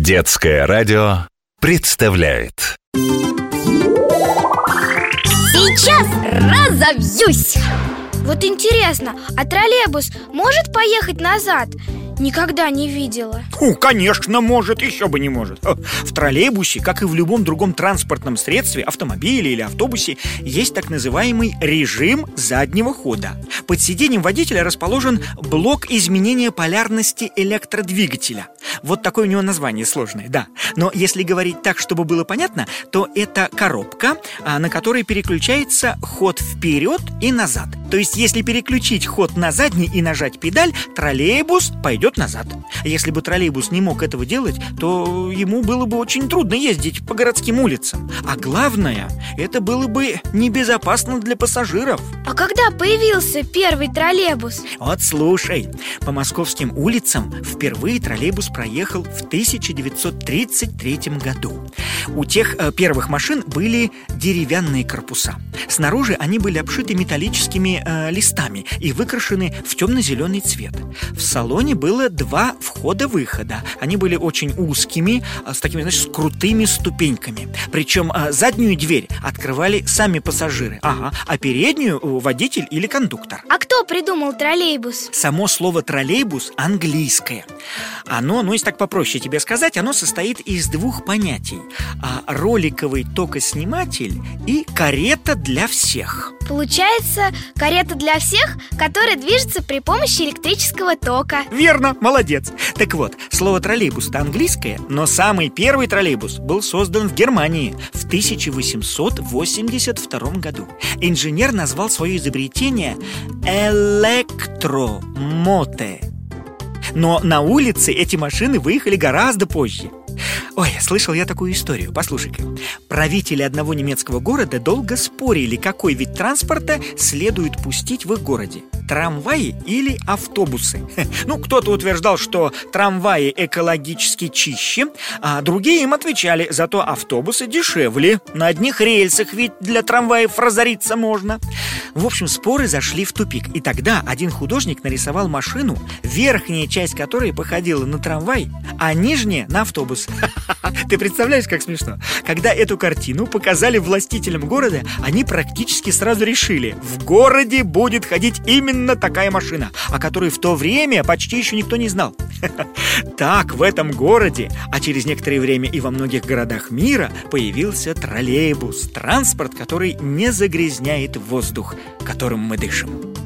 Детское радио представляет. Сейчас разобьюсь! Вот интересно, а троллейбус может поехать назад? Никогда не видела. Конечно, может, еще бы не может. В троллейбусе, как и в любом другом транспортном средстве, автомобиле или автобусе, есть так называемый режим заднего хода. Под сиденьем водителя расположен блок изменения полярности электродвигателя. Вот такое у него название сложное, да. Но если говорить так, чтобы было понятно, то это коробка, на которой переключается ход вперед и назад. То есть, если переключить ход на задний и нажать педаль, троллейбус пойдет назад. Если бы троллейбус не мог этого делать, то ему было бы очень трудно ездить по городским улицам. А главное, это было бы небезопасно для пассажиров. А когда появился первый троллейбус? Вот слушай, по московским улицам впервые троллейбус проехал в 1933 году. У тех первых машин были деревянные корпуса. Снаружи они были обшиты металлическими листами и выкрашены в темно-зеленый цвет. В салоне было два входа-выхода. Они были очень узкими, с такими, знаешь, с крутыми ступеньками. Причем заднюю дверь открывали сами пассажиры, а переднюю водитель или кондуктор. А кто придумал троллейбус? Само слово троллейбус английское. Оно, если так попроще тебе сказать, оно состоит из двух понятий: роликовый токосниматель и карета для всех. Получается, карета для всех, которая движется при помощи электрического тока. Верно, молодец. Так вот, слово троллейбус-то английское, но самый первый троллейбус был создан в Германии в 1882 году. Инженер назвал свое изобретение электромоте. Но на улице эти машины выехали гораздо позже. Ой, слышал я такую историю, послушай-ка. Правители одного немецкого города долго спорили, какой вид транспорта следует пустить в их городе: трамваи или автобусы. Кто-то утверждал, что трамваи экологически чище, а другие им отвечали: зато автобусы дешевле. На одних рельсах ведь для трамваев разориться можно. В общем, споры зашли в тупик. И тогда один художник нарисовал машину, верхняя часть которой походила на трамвай, а нижняя на автобус. Ты представляешь, как смешно? Когда эту картину показали властителям города, они практически сразу решили: в городе будет ходить именно такая машина, о которой в то время почти еще никто не знал. Так в этом городе, а через некоторое время и во многих городах мира, появился троллейбус. Транспорт, который не загрязняет воздух, которым мы дышим.